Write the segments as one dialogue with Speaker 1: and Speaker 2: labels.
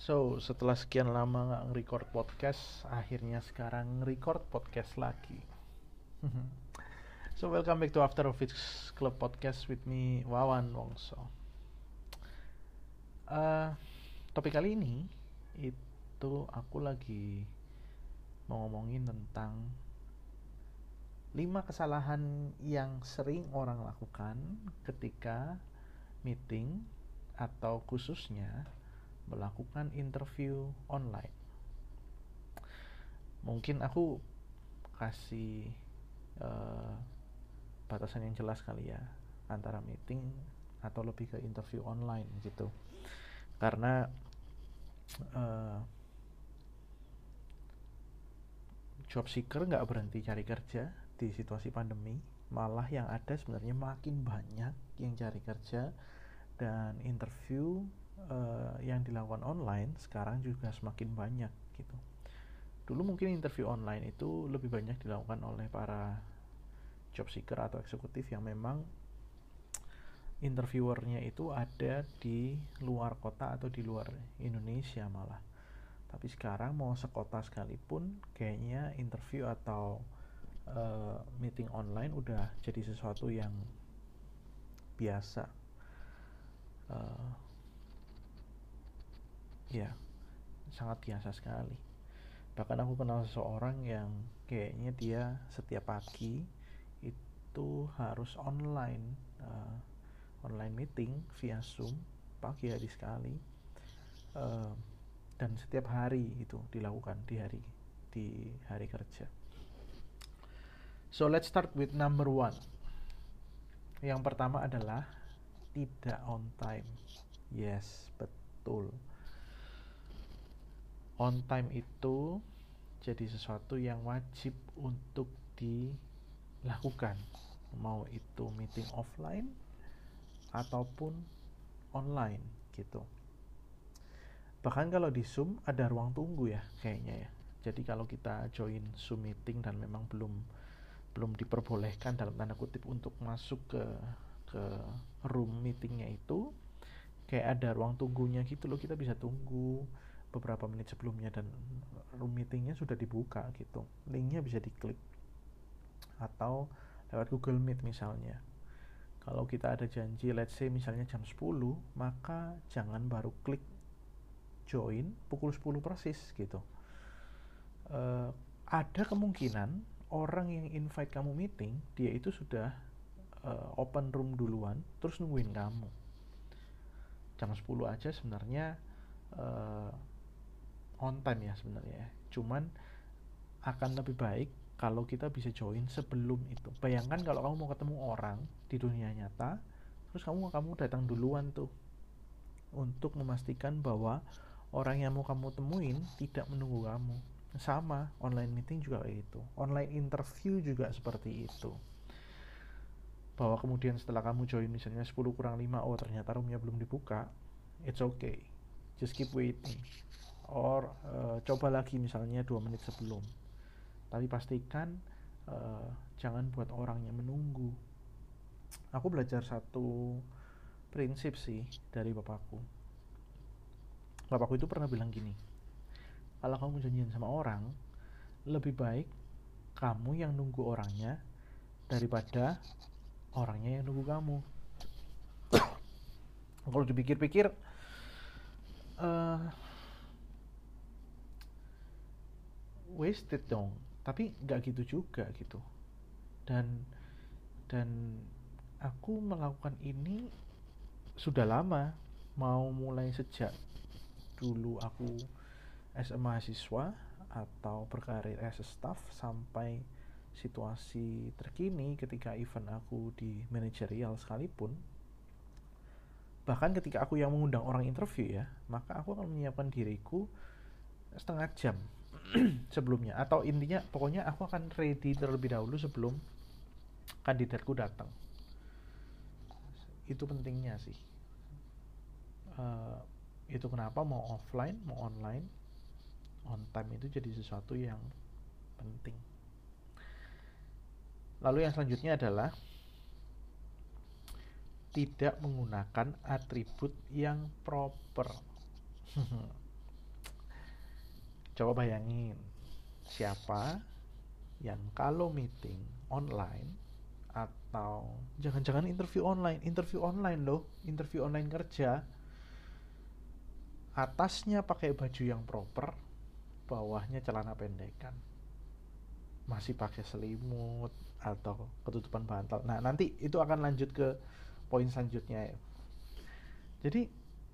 Speaker 1: Setelah sekian lama nggak nge-record podcast, akhirnya sekarang nge-record podcast lagi. Welcome back to After Office Club Podcast with me, Wawan Wongso. Topik kali ini itu aku lagi mau ngomongin tentang 5 kesalahan yang sering orang lakukan ketika meeting atau khususnya melakukan interview online. Mungkin aku kasih batasan yang jelas kali ya antara meeting atau lebih ke interview online gitu. Karena job seeker nggak berhenti cari kerja di situasi pandemi, malah yang ada sebenarnya makin banyak yang cari kerja, dan interview yang dilakukan online sekarang juga semakin banyak gitu. Dulu mungkin interview online itu lebih banyak dilakukan oleh para job seeker atau eksekutif yang memang interviewernya itu ada di luar kota atau di luar Indonesia malah. Tapi sekarang mau sekota sekalipun kayaknya interview atau meeting online udah jadi sesuatu yang biasa. Ya, sangat biasa sekali. Bahkan aku kenal seseorang yang kayaknya dia setiap pagi itu harus online meeting via Zoom pagi hari sekali, dan setiap hari itu dilakukan di hari kerja. So let's start with number 1. Yang pertama adalah tidak on time. Yes, betul. On time itu jadi sesuatu yang wajib untuk dilakukan, mau itu meeting offline ataupun online gitu. Bahkan kalau di Zoom ada ruang tunggu ya kayaknya ya. Jadi kalau kita join Zoom meeting dan memang belum diperbolehkan dalam tanda kutip untuk masuk ke room meetingnya itu, kayak ada ruang tunggunya gitu loh. Kita bisa tunggu beberapa menit sebelumnya dan room meetingnya sudah dibuka gitu. Linknya bisa diklik atau lewat Google Meet misalnya. Kalau kita ada janji let's say misalnya jam 10, maka jangan baru klik join pukul 10 persis gitu. Ada kemungkinan orang yang invite kamu meeting, dia itu sudah open room duluan terus nungguin kamu. Jam 10 aja sebenarnya on time ya sebenarnya. Cuman akan lebih baik kalau kita bisa join sebelum itu. Bayangkan kalau kamu mau ketemu orang di dunia nyata, terus kamu datang duluan tuh untuk memastikan bahwa orang yang mau kamu temuin tidak menunggu kamu. Sama, online meeting juga kayak gitu. Online interview juga seperti itu. Bahwa kemudian setelah kamu join misalnya 10 kurang 5, oh ternyata roomnya belum dibuka, it's okay. Just keep waiting. Or coba lagi misalnya 2 menit sebelum. Tapi pastikan jangan buat orangnya menunggu. Aku belajar satu prinsip sih dari bapakku. Bapakku itu pernah bilang gini, kalau kamu janjian sama orang, lebih baik kamu yang nunggu orangnya daripada orangnya yang nunggu kamu. Kalau dipikir-pikir wasted dong. Tapi nggak gitu juga gitu. Dan aku melakukan ini sudah lama, mau mulai sejak dulu aku as a mahasiswa atau berkarir as a staff sampai situasi terkini ketika event aku di manajerial sekalipun. Bahkan ketika aku yang mengundang orang interview ya, maka aku akan menyiapkan diriku setengah jam sebelumnya, atau intinya pokoknya aku akan ready terlebih dahulu sebelum kandidatku datang. Itu pentingnya sih. Itu kenapa mau offline mau online, on time itu jadi sesuatu yang penting. Lalu yang selanjutnya adalah tidak menggunakan atribut yang proper. Coba bayangin, siapa yang kalau meeting online atau jangan-jangan interview online loh, interview online kerja, atasnya pakai baju yang proper, bawahnya celana pendekan, masih pakai selimut atau ketutupan bantal. Nah, nanti itu akan lanjut ke poin selanjutnya ya. Jadi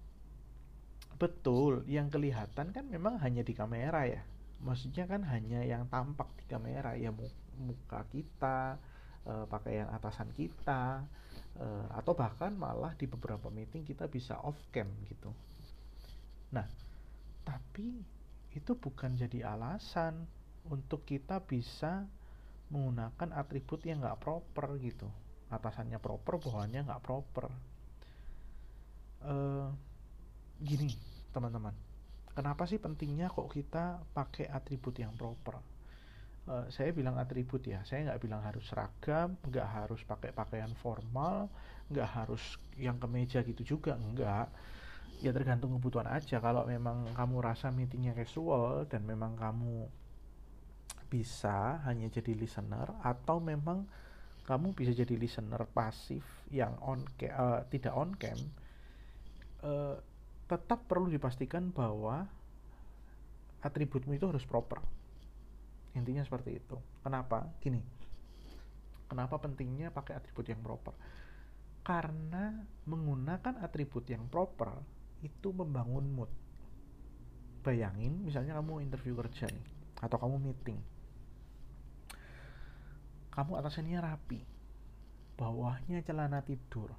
Speaker 1: betul, yang kelihatan kan memang hanya di kamera ya. Maksudnya kan hanya yang tampak di kamera ya, muka kita, pakaian atasan kita, atau bahkan malah di beberapa meeting kita bisa off cam gitu. Nah, tapi itu bukan jadi alasan untuk kita bisa menggunakan atribut yang nggak proper gitu. Atasannya proper, bawahannya nggak proper. Gini teman-teman, kenapa sih pentingnya kok kita pakai atribut yang proper? Saya bilang atribut ya, saya nggak bilang harus seragam, nggak harus pakai pakaian formal, nggak harus yang kemeja gitu juga, nggak. Ya tergantung kebutuhan aja. Kalau memang kamu rasa meetingnya casual dan memang kamu bisa hanya jadi listener, atau memang kamu bisa jadi listener pasif yang tidak on cam, tetap perlu dipastikan bahwa atributmu itu harus proper. Intinya seperti itu. Kenapa? Gini, kenapa pentingnya pakai atribut yang proper? Karena menggunakan atribut yang proper itu membangun mood. Bayangin misalnya kamu interview kerja nih, atau kamu meeting, kamu atasannya rapi, bawahnya celana tidur,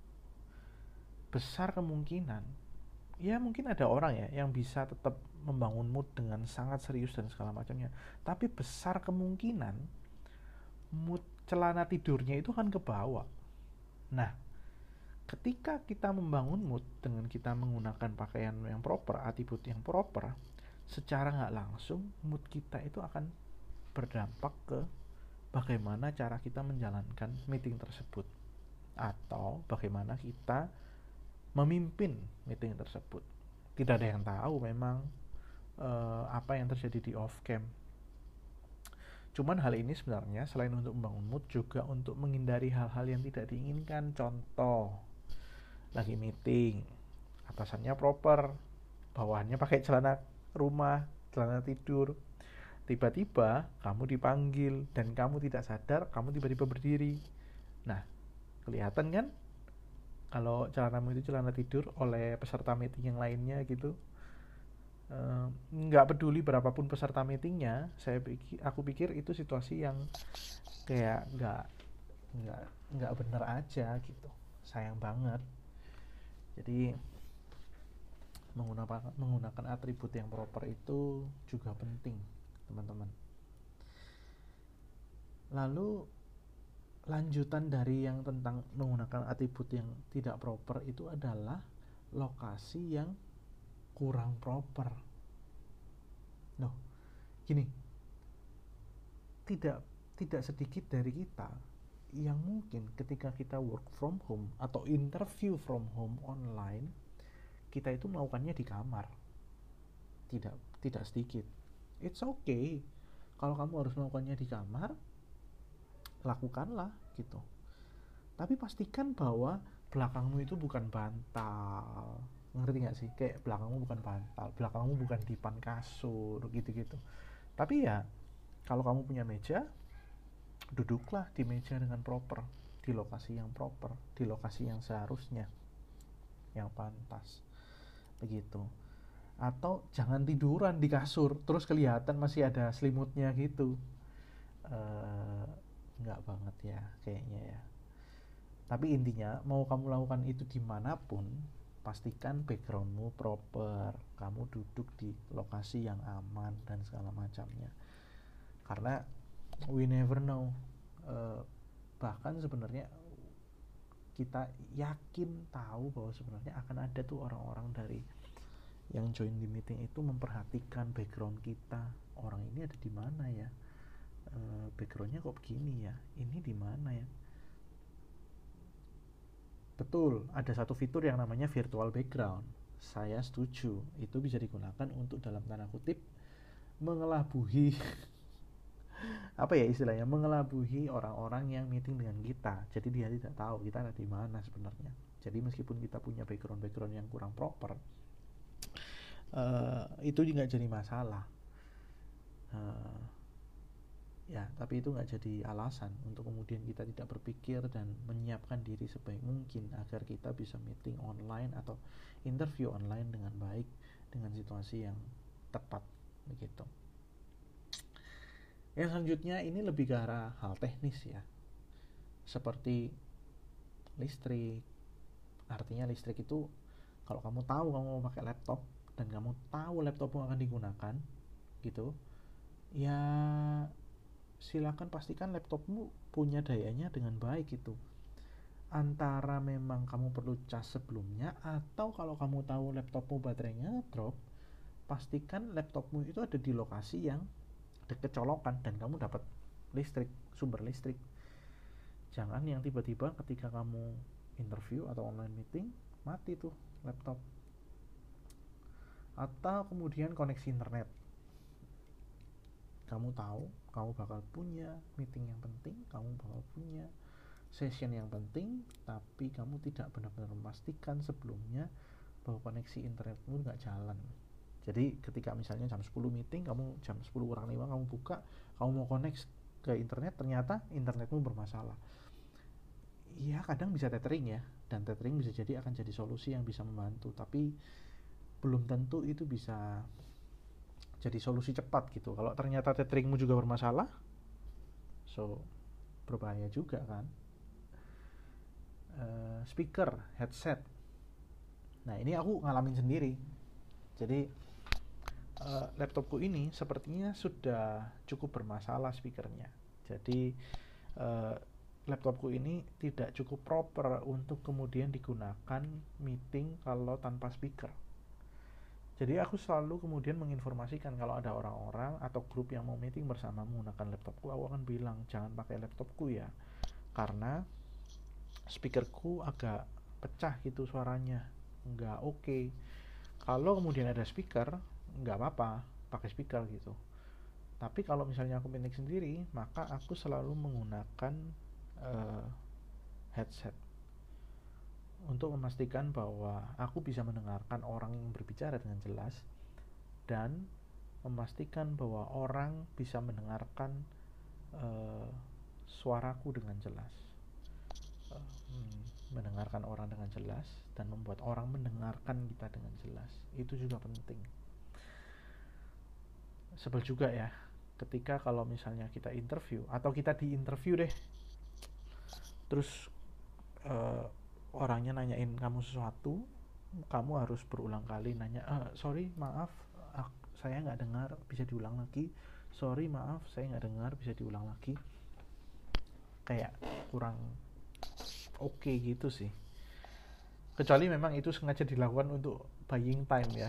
Speaker 1: besar kemungkinan, ya mungkin ada orang ya yang bisa tetap membangun mood dengan sangat serius dan segala macamnya, tapi besar kemungkinan mood celana tidurnya itu akan ke bawah. Nah, ketika kita membangun mood dengan kita menggunakan pakaian yang proper, atribut yang proper, secara nggak langsung mood kita itu akan berdampak ke bagaimana cara kita menjalankan meeting tersebut, atau bagaimana kita memimpin meeting tersebut. Tidak ada yang tahu memang apa yang terjadi di off cam. Cuman hal ini sebenarnya selain untuk membangun mood juga untuk menghindari hal-hal yang tidak diinginkan. Contoh, lagi meeting, atasannya proper, bawahannya pakai celana rumah, celana tidur, tiba-tiba kamu dipanggil dan kamu tidak sadar, kamu tiba-tiba berdiri. Nah, kelihatan kan kalau celanamu itu celana tidur oleh peserta meeting yang lainnya gitu. Nggak peduli berapapun peserta meetingnya, aku pikir itu situasi yang kayak nggak bener aja gitu, sayang banget. Jadi menggunakan atribut yang proper itu juga penting, teman-teman. Lalu lanjutan dari yang tentang menggunakan atribut yang tidak proper itu adalah lokasi yang kurang proper. Loh, gini, tidak sedikit dari kita yang mungkin ketika kita work from home atau interview from home online, kita itu melakukannya di kamar. Tidak sedikit. It's okay. Kalau kamu harus melakukannya di kamar, lakukanlah gitu. Tapi pastikan bahwa belakangmu itu bukan bantal. Ngerti gak sih? Kayak belakangmu bukan bantal, belakangmu bukan dipan kasur gitu-gitu. Tapi ya, kalau kamu punya meja, duduklah di meja dengan proper, di lokasi yang proper, di lokasi yang seharusnya, yang pantas. Begitu. Atau jangan tiduran di kasur terus kelihatan masih ada selimutnya gitu. Enggak banget ya kayaknya ya. Tapi intinya mau kamu lakukan itu dimanapun, pastikan backgroundmu proper, kamu duduk di lokasi yang aman dan segala macamnya. Karena we never know, bahkan sebenarnya kita yakin tahu bahwa sebenarnya akan ada tuh orang-orang dari yang join di meeting itu memperhatikan background kita. Orang ini ada di mana ya, backgroundnya kok begini ya, ini di mana ya. Betul, ada satu fitur yang namanya virtual background. Saya setuju, itu bisa digunakan untuk dalam tanda kutip mengelabuhi apa ya istilahnya, mengelabuhi orang-orang yang meeting dengan kita. Jadi dia tidak tahu kita ada di mana sebenarnya. Jadi meskipun kita punya background yang kurang proper, itu juga jadi masalah. Ya, tapi itu nggak jadi alasan untuk kemudian kita tidak berpikir dan menyiapkan diri sebaik mungkin agar kita bisa meeting online atau interview online dengan baik dengan situasi yang tepat begitu. Yang selanjutnya ini lebih ke arah hal teknis ya, seperti listrik. Artinya listrik itu kalau kamu tahu kamu mau pakai laptop dan kamu tahu laptopmu akan digunakan gitu, ya silakan pastikan laptopmu punya dayanya dengan baik gitu. Antara memang kamu perlu cas sebelumnya, atau kalau kamu tahu laptopmu baterainya drop, pastikan laptopmu itu ada di lokasi yang dekat colokan dan kamu dapat listrik, sumber listrik. Jangan yang tiba-tiba ketika kamu interview atau online meeting mati tuh laptop, atau kemudian koneksi internet. Kamu tahu kamu bakal punya meeting yang penting, kamu bakal punya session yang penting, tapi kamu tidak benar-benar memastikan sebelumnya bahwa koneksi internetmu nggak jalan. Jadi ketika misalnya jam 10 meeting, kamu jam 10 kurang 5 kamu buka, kamu mau connect ke internet, ternyata internetmu bermasalah. Iya, kadang bisa tethering ya, dan tethering bisa jadi akan jadi solusi yang bisa membantu, tapi belum tentu itu bisa jadi solusi cepat gitu. Kalau ternyata tetheringmu juga bermasalah, so berbahaya juga kan. Speaker, headset. Nah ini aku ngalamin sendiri. Jadi laptopku ini sepertinya sudah cukup bermasalah speakernya. Jadi laptopku ini tidak cukup proper untuk kemudian digunakan meeting kalau tanpa speaker. Jadi aku selalu kemudian menginformasikan kalau ada orang-orang atau grup yang mau meeting bersama menggunakan laptopku, aku akan bilang jangan pakai laptopku ya, karena speakerku agak pecah gitu suaranya, nggak oke. Kalau kemudian ada speaker, nggak apa-apa pakai speaker gitu. Tapi kalau misalnya aku meeting sendiri, maka aku selalu menggunakan headset untuk memastikan bahwa aku bisa mendengarkan orang yang berbicara dengan jelas dan memastikan bahwa orang bisa mendengarkan suaraku dengan jelas. Mendengarkan orang dengan jelas dan membuat orang mendengarkan kita dengan jelas, itu juga penting. Sebel juga ya ketika kalau misalnya kita interview atau kita diinterview deh, terus orangnya nanyain kamu sesuatu, kamu harus berulang kali nanya, sorry maaf saya nggak dengar, bisa diulang lagi, sorry maaf saya nggak dengar, bisa diulang lagi. Kayak kurang oke gitu sih, kecuali memang itu sengaja dilakukan untuk buying time ya,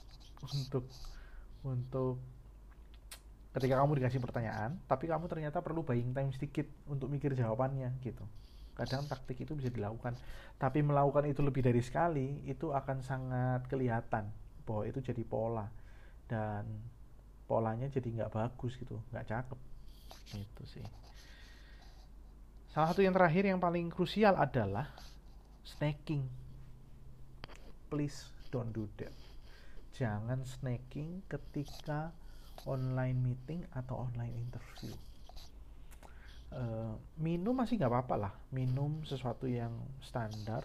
Speaker 1: untuk ketika kamu dikasih pertanyaan tapi kamu ternyata perlu buying time sedikit untuk mikir jawabannya gitu. Kadang taktik itu bisa dilakukan, tapi melakukan itu lebih dari sekali itu akan sangat kelihatan bahwa itu jadi pola, dan polanya jadi nggak bagus gitu, nggak cakep itu sih. Salah satu yang terakhir yang paling krusial adalah snacking. Please don't do that. Jangan snacking ketika online meeting atau online interview. Minum masih nggak apa-apa lah, minum sesuatu yang standar.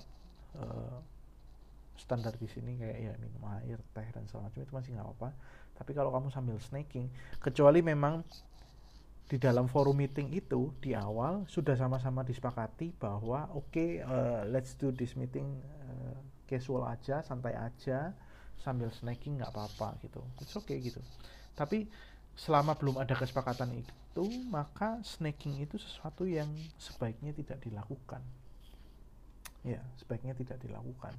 Speaker 1: Standar di sini kayak ya minum air, teh dan segala macam itu masih nggak apa-apa. Tapi kalau kamu sambil snacking, kecuali memang di dalam forum meeting itu di awal sudah sama-sama disepakati bahwa let's do this meeting casual aja, santai aja, sambil snacking nggak apa-apa gitu, it's okay gitu. Tapi selama belum ada kesepakatan itu, maka snacking itu sesuatu yang sebaiknya tidak dilakukan. Ya, sebaiknya tidak dilakukan.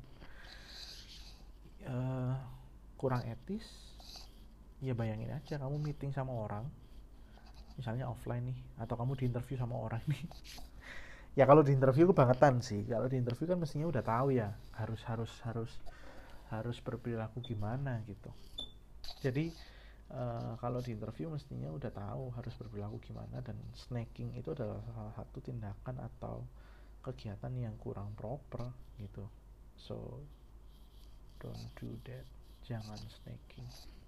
Speaker 1: Kurang etis. Ya bayangin aja kamu meeting sama orang, misalnya offline nih, atau kamu diinterview sama orang nih. Ya kalau diinterview kebangetan sih. Kalau diinterview kan mestinya udah tahu ya, harus berperilaku gimana gitu. Jadi Kalau di interview mestinya udah tahu harus berperilaku gimana, dan snacking itu adalah salah satu tindakan atau kegiatan yang kurang proper gitu. So don't do that, jangan snacking.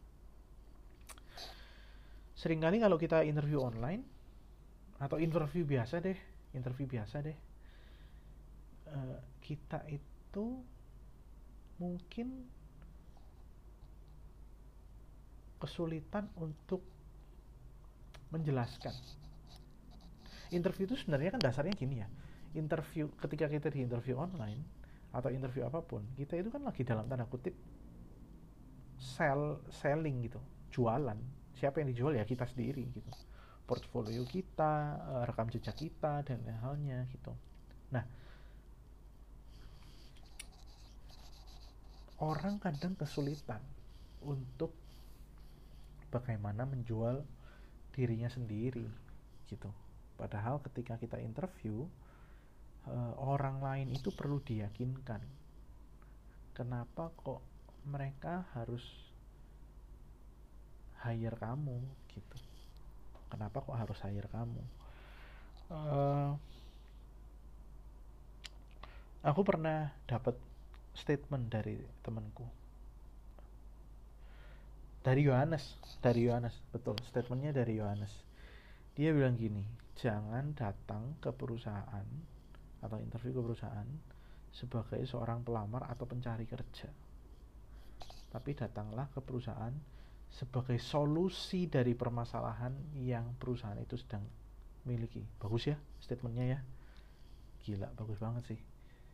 Speaker 1: Seringkali kalau kita interview online atau interview biasa deh, kita itu mungkin kesulitan untuk menjelaskan. Interview itu sebenarnya kan dasarnya gini ya. Interview, ketika kita di interview online atau interview apapun, kita itu kan lagi dalam tanda kutip selling gitu, jualan. Siapa yang dijual? Ya kita sendiri gitu. Portfolio kita, rekam jejak kita, dan lain halnya gitu. Nah, orang kadang kesulitan untuk bagaimana menjual dirinya sendiri gitu. Padahal ketika kita interview, orang lain itu perlu diyakinkan. Kenapa kok mereka harus hire kamu gitu? Kenapa kok harus hire kamu? Aku pernah dapat statement dari temanku, dari Yohanes, betul, statementnya dari Yohanes. Dia bilang gini, jangan datang ke perusahaan atau interview ke perusahaan sebagai seorang pelamar atau pencari kerja, tapi datanglah ke perusahaan sebagai solusi dari permasalahan yang perusahaan itu sedang miliki. Bagus ya statementnya ya, gila, bagus banget sih.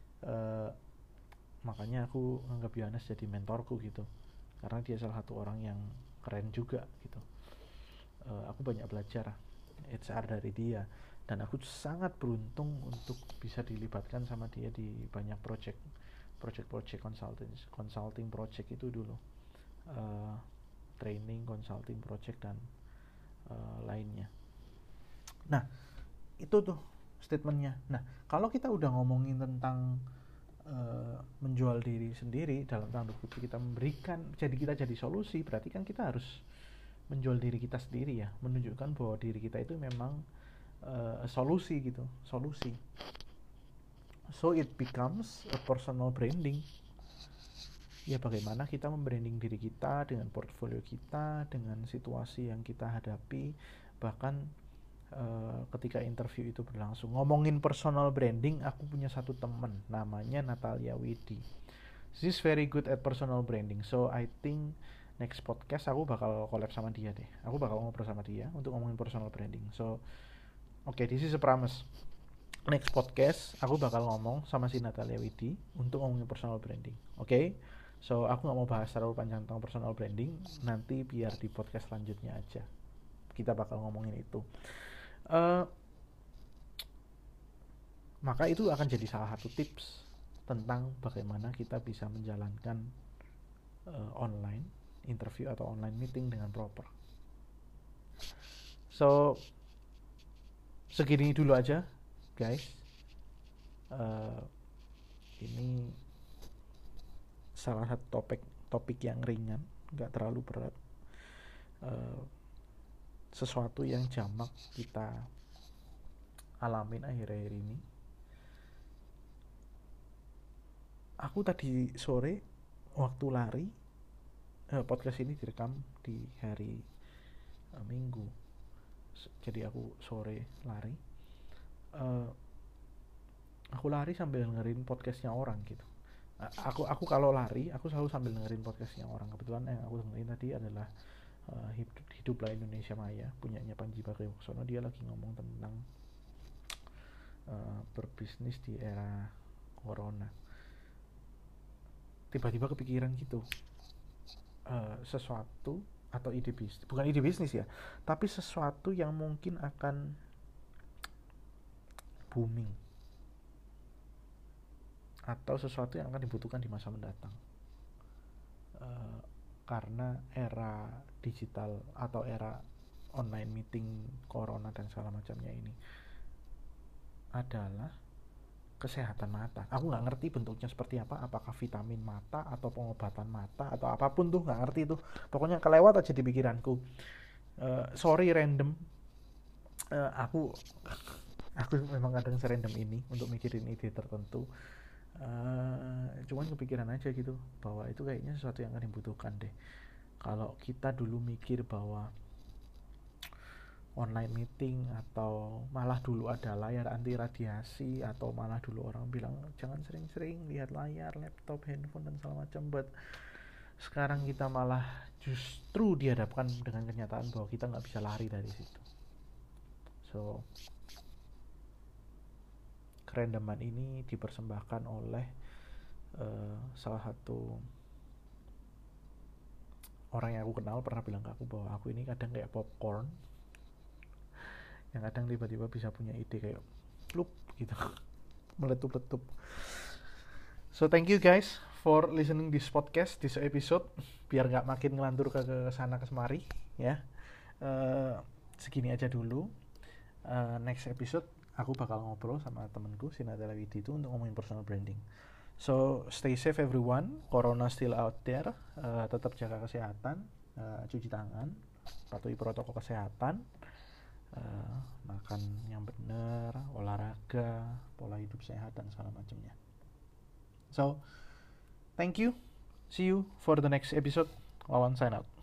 Speaker 1: Makanya aku anggap Yohanes jadi mentorku gitu, karena dia salah satu orang yang keren juga gitu. Aku banyak belajar HR dari dia, dan aku sangat beruntung untuk bisa dilibatkan sama dia di banyak project consulting project itu dulu, training, consulting project, dan lainnya. Nah, itu tuh statementnya. Nah, kalau kita udah ngomongin tentang menjual diri sendiri, dalam tanda kutip kita memberikan, jadi kita jadi solusi, berarti kan kita harus menjual diri kita sendiri ya, menunjukkan bahwa diri kita itu memang solusi gitu, solusi. So it becomes a personal branding. Ya, bagaimana kita membranding diri kita dengan portfolio kita, dengan situasi yang kita hadapi, bahkan ketika interview itu berlangsung. Ngomongin personal branding, aku punya satu teman namanya Natalia Widi. She's very good at personal branding. So I think next podcast aku bakal collab sama dia deh. Aku bakal ngobrol sama dia untuk ngomongin personal branding. So okay, this is a promise. Next podcast aku bakal ngomong sama si Natalia Widi untuk ngomongin personal branding. Okay? So aku gak mau bahas terlalu panjang tentang personal branding. Nanti biar di podcast selanjutnya aja kita bakal ngomongin itu. Maka itu akan jadi salah satu tips tentang bagaimana kita bisa menjalankan online interview atau online meeting dengan proper. So segini dulu aja guys. Ini salah satu topik yang ringan, gak terlalu berat, sesuatu yang jamak kita alamin akhir-akhir ini. Aku tadi sore waktu lari, podcast ini direkam di hari Minggu, jadi aku sore lari, aku lari sambil dengerin podcastnya orang gitu. Aku kalau lari aku selalu sambil dengerin podcastnya orang. Kebetulan yang aku dengerin tadi adalah Hiduplah Indonesia Maya, punyanya Panji Pragiwaksono. Dia lagi ngomong tentang berbisnis di era corona. Tiba-tiba kepikiran gitu, sesuatu atau ide bisnis, bukan ide bisnis ya, tapi sesuatu yang mungkin akan booming atau sesuatu yang akan dibutuhkan di masa mendatang, karena era digital atau era online meeting, corona dan segala macamnya ini adalah kesehatan mata. Aku nggak ngerti bentuknya seperti apa, apakah vitamin mata atau pengobatan mata atau apapun tuh, nggak ngerti tuh. Pokoknya kelewat aja di pikiranku. Sorry random. Aku memang kadang serandom ini untuk mikirin ide tertentu. Cuman kepikiran aja gitu bahwa itu kayaknya sesuatu yang akan dibutuhkan deh. Kalau kita dulu mikir bahwa online meeting atau malah dulu ada layar anti radiasi atau malah dulu orang bilang jangan sering-sering lihat layar, laptop, handphone dan segala macam, but sekarang kita malah justru dihadapkan dengan kenyataan bahwa kita nggak bisa lari dari situ. So kerendaman ini dipersembahkan oleh salah satu orang yang aku kenal pernah bilang ke aku bahwa aku ini kadang kayak popcorn yang kadang tiba-tiba bisa punya ide kayak plup gitu meletup-letup. So thank you guys for listening this podcast, this episode, biar nggak makin ngelantur ke sana ke semari ya. Segini aja dulu. Next episode aku bakal ngobrol sama temenku Sinatela Widi itu untuk ngomongin personal branding. So stay safe everyone, corona still out there. Tetap jaga kesehatan, cuci tangan, patuhi protokol kesehatan, makan yang benar, olahraga, pola hidup sehat dan segala macamnya. So thank you, see you for the next episode. Wawan sign out.